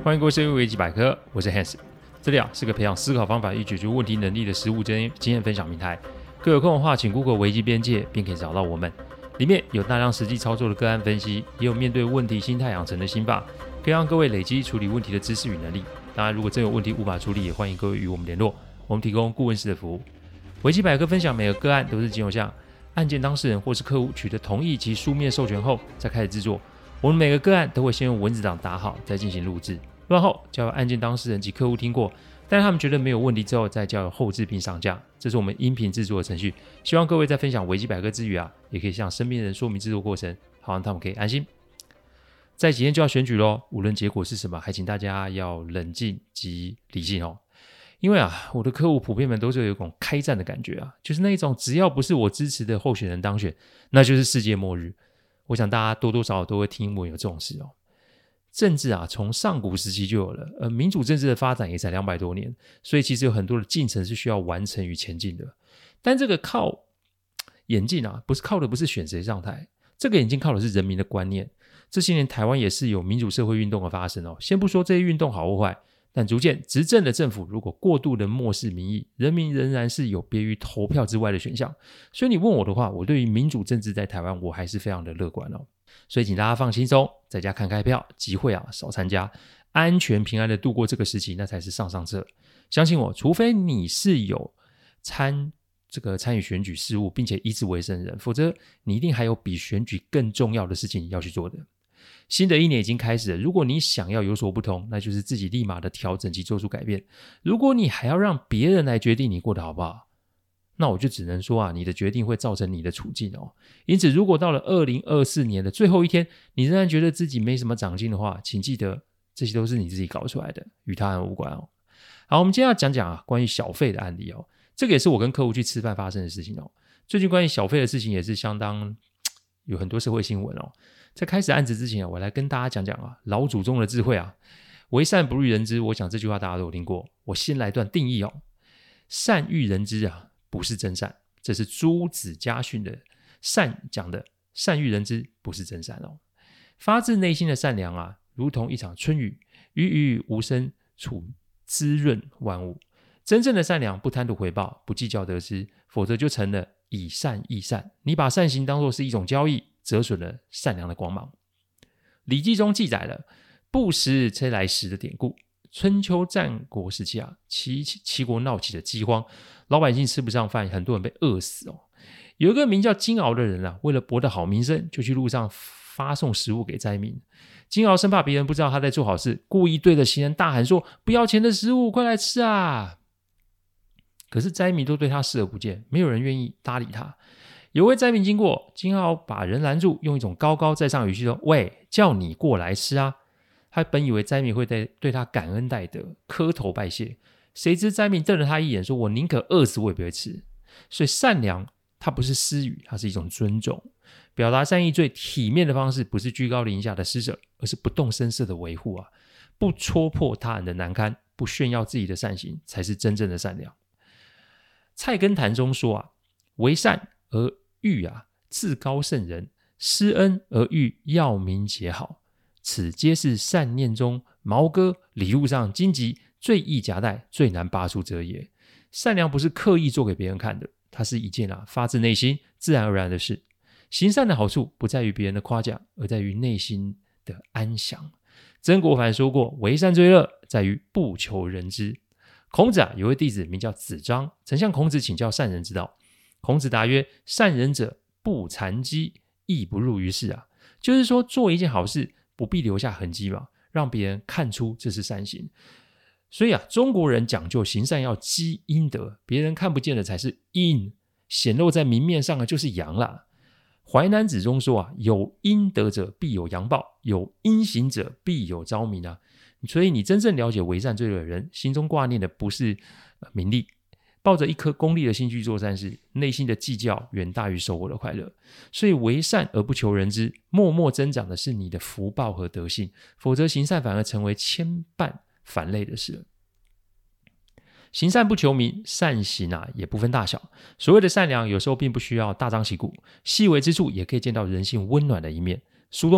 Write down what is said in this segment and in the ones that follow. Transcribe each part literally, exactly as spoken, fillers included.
欢迎各位收听维基百科，我是 Hans。这里啊是个培养思考方法与解决问题能力的实务经验分享平台。各位有空的话，请 Google 维基边界，便可以找到我们。里面有大量实际操作的个案分析，也有面对问题心态养成的心法，可以让各位累积处理问题的知识与能力。当然，如果真有问题无法处理，也欢迎各位与我们联络，我们提供顾问式的服务。维基百科分享每个个案都是仅有向案件当事人或是客户取得同意及书面授权后再开始制作。我们每个个案都会先用文字档打好，再进行录制，录完后交由案件当事人及客户听过，但他们觉得没有问题之后，再交由后制并上架。这是我们音频制作的程序。希望各位在分享维基百科之余啊，也可以向身边人说明制作过程，好让他们可以安心。在几天就要选举咯，无论结果是什么，还请大家要冷静及理性哦。因为啊，我的客户普遍们都是有一种开战的感觉啊，就是那一种只要不是我支持的候选人当选，那就是世界末日。我想大家多多少少都会听闻有这种事哦。政治啊，从上古时期就有了，而民主政治的发展也才两百多年，所以其实有很多的进程是需要完成与前进的。但这个靠演进啊，不是靠的不是选谁上台，这个演进靠的是人民的观念。这些年台湾也是有民主社会运动的发生哦。先不说这些运动好或坏，但逐渐执政的政府如果过度的漠视民意，人民仍然是有别于投票之外的选项。所以你问我的话，我对于民主政治在台湾我还是非常的乐观哦。所以请大家放轻松，在家看开票，集会啊少参加，安全平安的度过这个时期，那才是上上策。相信我，除非你是有参这个参与选举事务并且以此为生的人，否则你一定还有比选举更重要的事情要去做的。新的一年已经开始了，如果你想要有所不同，那就是自己立马的调整及做出改变。如果你还要让别人来决定你过得好不好，那我就只能说啊，你的决定会造成你的处境哦。因此，如果到了二零二四年的最后一天，你仍然觉得自己没什么长进的话，请记得这些都是你自己搞出来的，与他人无关哦。好，我们今天要讲讲啊关于小费的案例哦，这个也是我跟客户去吃饭发生的事情哦。最近关于小费的事情也是相当有很多社会新闻哦。在开始案子之前啊，我来跟大家讲讲啊老祖宗的智慧啊，为善不欲人知，我想这句话大家都有听过。我先来段定义哦，善欲人知啊不是真善，这是朱子家训的善讲的，善欲人知不是真善哦。发自内心的善良啊，如同一场春雨，郁郁无声处滋润万物。真正的善良不贪图回报，不计较得失，否则就成了以善易善。你把善行当作是一种交易，折损了善良的光芒。礼记中记载了不食嗟来食的典故。春秋战国时期啊，齐齐国闹起了饥荒，老百姓吃不上饭，很多人被饿死哦。有一个名叫金鳌的人啊，为了博得好名声，就去路上发送食物给灾民。金鳌生怕别人不知道他在做好事，故意对着行人大喊说：“不要钱的食物，快来吃啊！”可是灾民都对他视而不见，没有人愿意搭理他。有位灾民经过，金鳌把人拦住，用一种高高在上的语气说：“喂，叫你过来吃啊！”他本以为灾民会对他感恩戴德，磕头拜谢，谁知灾民瞪了他一眼，说：“我宁可饿死我也不会吃。”所以善良它不是施予，它是一种尊重。表达善意最体面的方式，不是居高临下的施舍，而是不动声色的维护啊，不戳破他人的难堪，不炫耀自己的善行，才是真正的善良。菜根谭中说啊，为善而欲啊自高圣人，施恩而欲要民结好，此皆是善念中毛戈礼物上荆棘最易夹带最难拔出者也。善良不是刻意做给别人看的，它是一件啊发自内心自然而然的事。行善的好处不在于别人的夸奖，而在于内心的安详。曾国藩说过，为善最乐在于不求人知。孔子啊有位弟子名叫子张，曾向孔子请教善人之道。孔子答曰：善人者不残迹，亦不入于世啊。就是说做一件好事不必留下痕迹嘛，让别人看出这是善行。所以啊，中国人讲究行善要积阴德，别人看不见的才是阴，显露在明面上的就是阳啦。淮南子中说啊，有阴德者必有阳报，有阴行者必有昭明啊。所以你真正了解为善最乐的人，心中挂念的不是名利，抱着一颗功利的心去做善事，内心的计较远大于收获的快乐。所以为善而不求人知，默默增长的是你的福报和德性，否则行善反而成为牵绊烦累的事了。行善不求名，善行啊也不分大小。所谓的善良，有时候并不需要大张旗鼓，细微之处也可以见到人性温暖的一面。苏东坡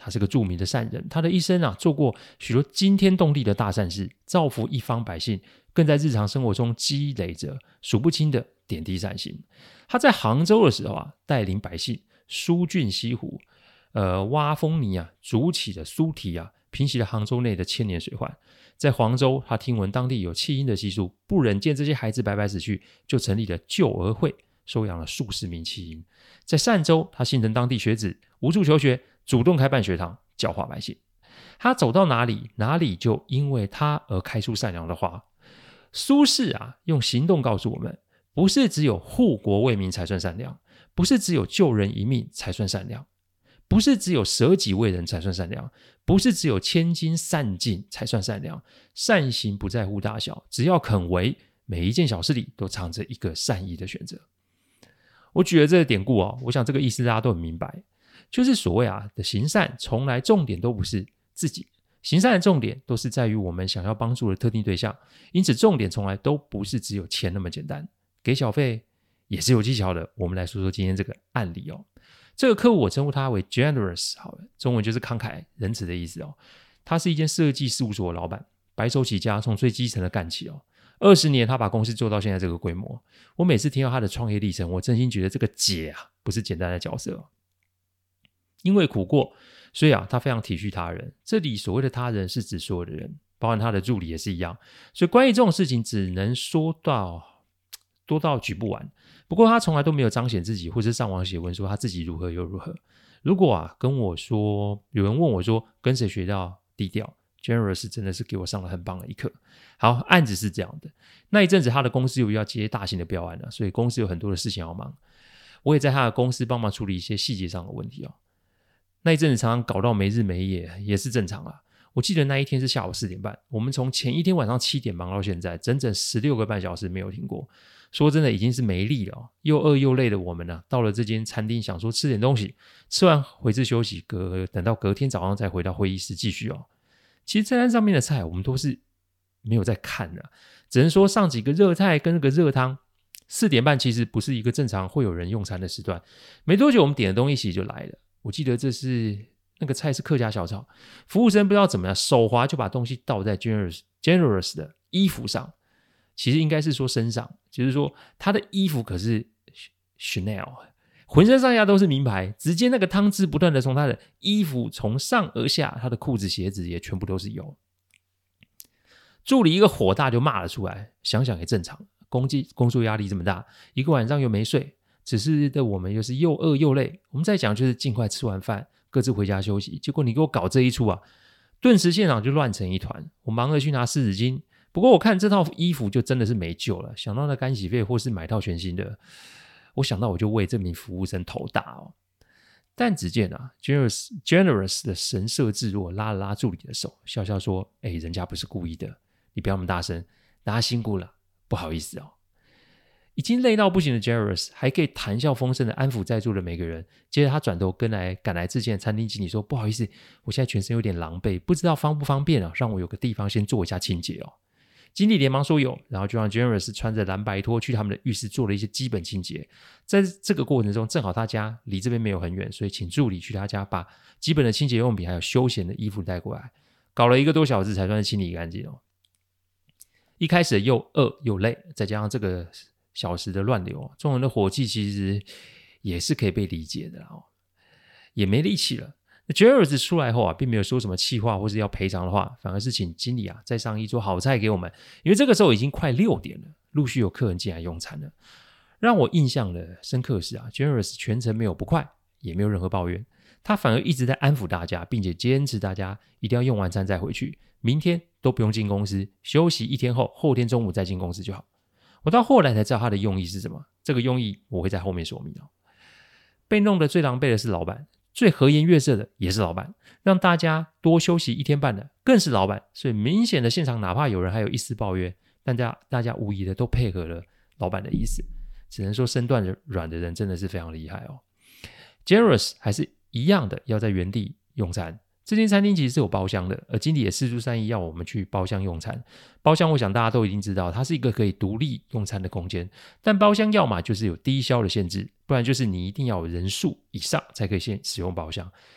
他是个著名的善人，他的一生啊做过许多惊天动地的大善事，造福一方百姓，更在日常生活中积累着数不清的点滴善行。他在杭州的时候啊，带领百姓疏浚西湖，呃，挖风泥啊，筑起了苏堤啊，平息了杭州内的千年水患。在黄州，他听闻当地有弃婴的习俗，不忍见这些孩子白白死去，就成立了救儿会，收养了数十名弃婴。在儋州，他心疼当地学子无处求学，主动开办学堂，教化百姓。他走到哪里，哪里就因为他而开出善良的花。苏轼啊，用行动告诉我们，不是只有护国为民才算善良，不是只有救人一命才算善良，不是只有舍己为人才算善良，不是只有千金散尽才算善良。善行不在乎大小，只要肯为，每一件小事里都藏着一个善意的选择。我举了这个典故哦，我想这个意思大家都很明白，就是所谓啊的行善，从来重点都不是自己，行善的重点都是在于我们想要帮助的特定对象，因此重点从来都不是只有钱那么简单。给小费也是有技巧的，我们来说说今天这个案例哦。这个客户我称呼他为 generous 好了，中文就是慷慨仁慈的意思哦。他是一间设计事务所的老板，白手起家，从最基层的干起哦。二十年他把公司做到现在这个规模。我每次听到他的创业历程，我真心觉得这个姐啊不是简单的角色哦。因为苦过，所以啊他非常体恤他人。这里所谓的他人是指所有的人，包含他的助理也是一样。所以关于这种事情只能说到多到举不完。不过他从来都没有彰显自己，或是上网写文说他自己如何又如何。如果啊跟我说，有人问我说跟谁学到低调， Generous 真的是给我上了很棒的一课。好，案子是这样的，那一阵子他的公司又要接大型的标案了，所以公司有很多的事情要忙。我也在他的公司帮忙处理一些细节上的问题哦。那一阵子常常搞到没日没夜，也是正常啊。我记得那一天是下午四点半，我们从前一天晚上七点忙到现在，整整十六个半小时没有停过。说真的已经是没力了、哦、又饿又累的我们呢、啊，到了这间餐厅想说吃点东西，吃完回自休息，隔等到隔天早上再回到会议室继续哦。其实菜单上面的菜我们都是没有在看的、啊，只能说上几个热菜跟那个热汤。四点半其实不是一个正常会有人用餐的时段，没多久我们点的东西其实就来了。我记得这是那个菜是客家小炒，服务生不知道怎么样手滑就把东西倒在 Generous, Generous 的衣服上，其实应该是说身上，就是说他的衣服可是 Chanel， 浑身上下都是名牌，直接那个汤汁不断的从他的衣服从上而下，他的裤子鞋子也全部都是油。助理一个火大就骂了出来，想想也正常，工作工作压力这么大，一个晚上又没睡，只是的我们又是又饿又累，我们在讲就是尽快吃完饭各自回家休息，结果你给我搞这一出啊，顿时现场就乱成一团。我忙着去拿湿纸巾，不过我看这套衣服就真的是没救了，想到那干洗费或是买套全新的，我想到我就为这名服务生头大哦。但只见啊 Generous, Generous 的神色自若，拉了拉助理的手，笑笑说：哎，人家不是故意的，你不要那么大声，大家辛苦了，不好意思哦。已经累到不行的 Generous 还可以谈笑风生的安抚在座的每个人。接着他转头跟来赶来之前的餐厅经理说：不好意思，我现在全身有点狼狈，不知道方不方便啊，让我有个地方先做一下清洁哦。经理连忙说有，然后就让 Generous 穿着蓝白拖去他们的浴室做了一些基本清洁。在这个过程中，正好他家离这边没有很远，所以请助理去他家把基本的清洁用品还有休闲的衣服带过来，搞了一个多小时才算是清理干净哦。一开始又饿又累，再加上这个小时的乱流，众人的火气其实也是可以被理解的哦，也没力气了。Generous 出来后啊，并没有说什么气话或是要赔偿的话，反而是请经理啊再上一桌好菜给我们。因为这个时候已经快六点了，陆续有客人进来用餐了。让我印象的深刻是啊 ，Generous 全程没有不快，也没有任何抱怨，他反而一直在安抚大家，并且坚持大家一定要用完餐再回去，明天都不用进公司，休息一天后，后天中午再进公司就好。我到后来才知道他的用意是什么，这个用意我会在后面说明哦。被弄得最狼狈的是老板，最和颜悦色的也是老板，让大家多休息一天半的更是老板。所以明显的现场哪怕有人还有一丝抱怨，大家大家无疑的都配合了老板的意思。只能说身段软的人真的是非常厉害哦。Generous 还是一样的要在原地用餐，这间餐厅其实是有包厢的，而经理也释出善意要我们去包厢用餐。包厢我想大家都已经知道，它是一个可以独立用餐的空间，但包厢要么就是有低消的限制，不然就是你一定要有人数以上才可以先使用包厢。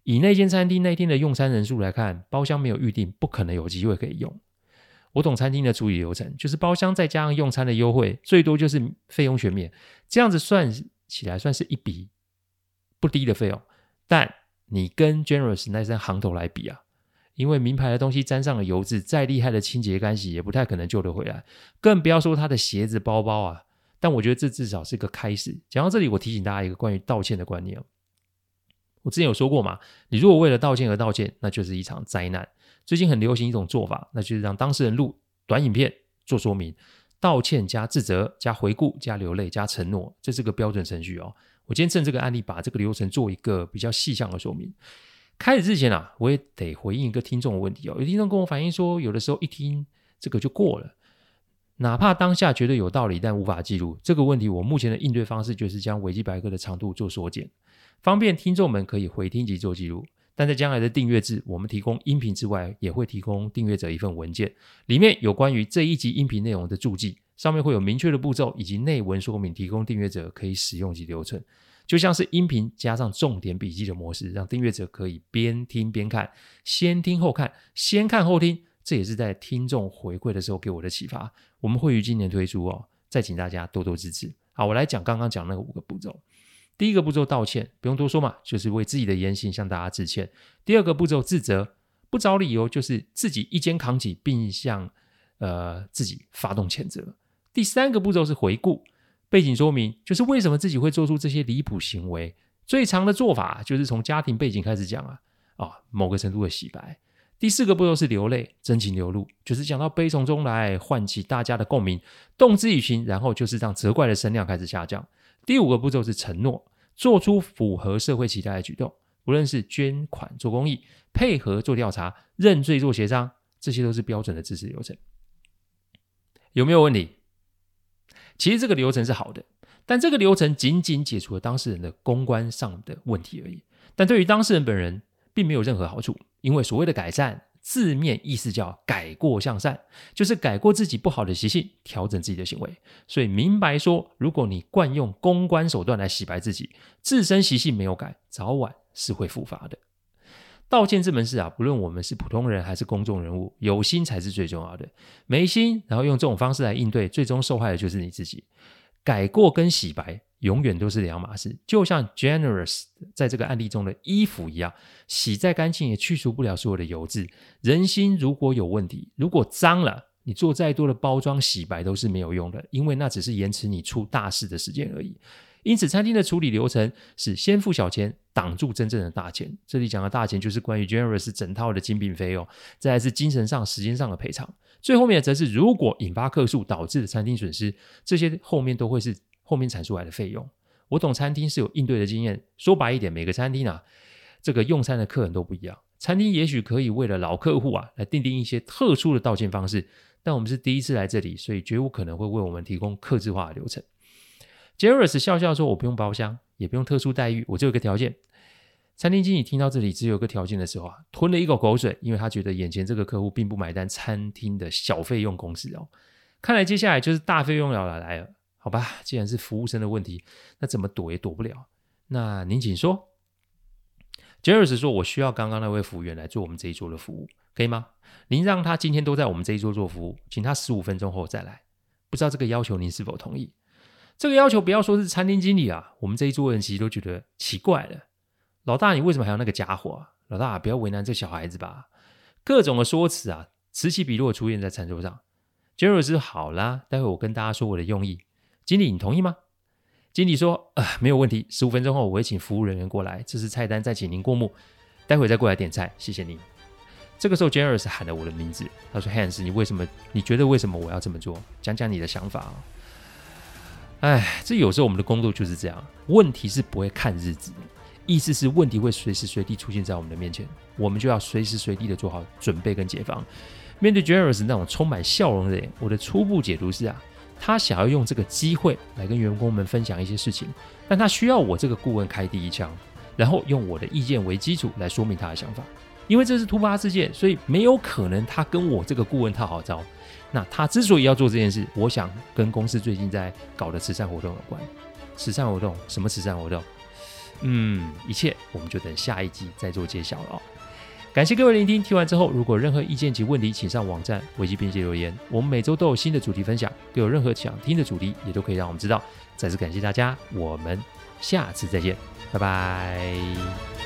以那间餐厅那天的用餐人数来看，包厢没有预定，不可能有机会可以用。我懂餐厅的处理流程，就是包厢再加上用餐的优惠，最多就是费用全免，这样子算起来算是一笔不低的费用。但你跟 Generous 那间行头来比啊，因为名牌的东西沾上了油渍，再厉害的清洁干洗也不太可能救得回来，更不要说他的鞋子包包啊。但我觉得这至少是个开始。讲到这里，我提醒大家一个关于道歉的观念。我之前有说过嘛，你如果为了道歉而道歉，那就是一场灾难。最近很流行一种做法，那就是让当事人录短影片做说明，道歉加自责加回顾加流泪加承诺，这是个标准程序哦。我今天趁这个案例把这个流程做一个比较细项的说明。开始之前啊，我也得回应一个听众的问题哦。有听众跟我反映说，有的时候一听这个就过了，哪怕当下觉得有道理，但无法记录。这个问题我目前的应对方式就是将维基百科的长度做缩减，方便听众们可以回听及做记录。但在将来的订阅制，我们提供音频之外，也会提供订阅者一份文件，里面有关于这一集音频内容的注记，上面会有明确的步骤以及内文说明，提供订阅者可以使用及留存。就像是音频加上重点笔记的模式，让订阅者可以边听边看，先听后看，先看后听。这也是在听众回馈的时候给我的启发。我们会于今年推出哦，再请大家多多支持。好，我来讲刚刚讲那个五个步骤。第一个步骤道歉，不用多说嘛，就是为自己的言行向大家致歉。第二个步骤自责，不找理由，就是自己一肩扛起，并向呃自己发动谴责。第三个步骤是回顾，背景说明，就是为什么自己会做出这些离谱行为。最常的做法就是从家庭背景开始讲啊，啊某个程度的洗白。第四个步骤是流泪，真情流露，就是讲到悲从中来，唤起大家的共鸣，动之以情，然后就是让责怪的声量开始下降。第五个步骤是承诺，做出符合社会期待的举动，无论是捐款做公益，配合做调查，认罪做协商，这些都是标准的支持流程。有没有问题？其实这个流程是好的，但这个流程仅仅解除了当事人的公关上的问题而已，但对于当事人本人并没有任何好处。因为所谓的改善，字面意思叫改过向善，就是改过自己不好的习性，调整自己的行为。所以明白说，如果你惯用公关手段来洗白自己，自身习性没有改，早晚是会复发的。道歉这门事啊，不论我们是普通人还是公众人物，有心才是最重要的。没心，然后用这种方式来应对，最终受害的就是你自己。改过跟洗白永远都是两码事，就像 Generous 在这个案例中的衣服一样，洗再干净也去除不了所有的油渍。人心如果有问题，如果脏了，你做再多的包装洗白都是没有用的，因为那只是延迟你出大事的时间而已。因此餐厅的处理流程是先付小钱，挡住真正的大钱。这里讲的大钱就是关于 Generous 整套的精品费用，再来是精神上时间上的赔偿，最后面则是如果引发客诉导致的餐厅损失，这些后面都会是后面产出来的费用。我懂餐厅是有应对的经验，说白一点，每个餐厅啊，这个用餐的客人都不一样，餐厅也许可以为了老客户啊来订定一些特殊的道歉方式，但我们是第一次来这里，所以绝无可能会为我们提供客制化的流程。Generous 笑笑说，我不用包厢，也不用特殊待遇，我只有一个条件。餐厅经理听到这里只有一个条件的时候啊，吞了一口口水，因为他觉得眼前这个客户并不买单餐厅的小费用公式哦。看来接下来就是大费用要来了。好吧，既然是服务生的问题，那怎么躲也躲不了。那您请说。Generous 说，我需要刚刚那位服务员来做我们这一桌的服务，可以吗？您让他今天都在我们这一桌做服务，请他十五分钟后再来。不知道这个要求您是否同意？这个要求不要说是餐厅经理啊，我们这一桌人其实都觉得奇怪了。老大，你为什么还有那个家伙啊？老大，不要为难这小孩子吧。各种的说辞啊，此起彼落出现在餐桌上。Generous 好啦，待会我跟大家说我的用意。经理，你同意吗？经理说、呃、没有问题，十五分钟后我会请服务人员过来，这是菜单，再请您过目，待会再过来点菜，谢谢您。这个时候 Generous 喊了我的名字，他说 Hans， 你为什么你觉得为什么我要这么做？讲讲你的想法、哦。哎，这有时候我们的工作就是这样，问题是不会看日子的，意思是问题会随时随地出现在我们的面前，我们就要随时随地的做好准备跟解放。面对 Generous 那种充满笑容的脸，我的初步解读是啊，他想要用这个机会来跟员工们分享一些事情，但他需要我这个顾问开第一枪，然后用我的意见为基础来说明他的想法。因为这是突发事件，所以没有可能他跟我这个顾问套好招。那他之所以要做这件事，我想跟公司最近在搞的慈善活动有关。慈善活动？什么慈善活动？ 嗯，一切我们就等下一集再做揭晓了哦。感谢各位聆听，听完之后如果有任何意见及问题，请上网站维基边界留言。我们每周都有新的主题分享，各有任何想听的主题也都可以让我们知道。再次感谢大家，我们下次再见，拜拜。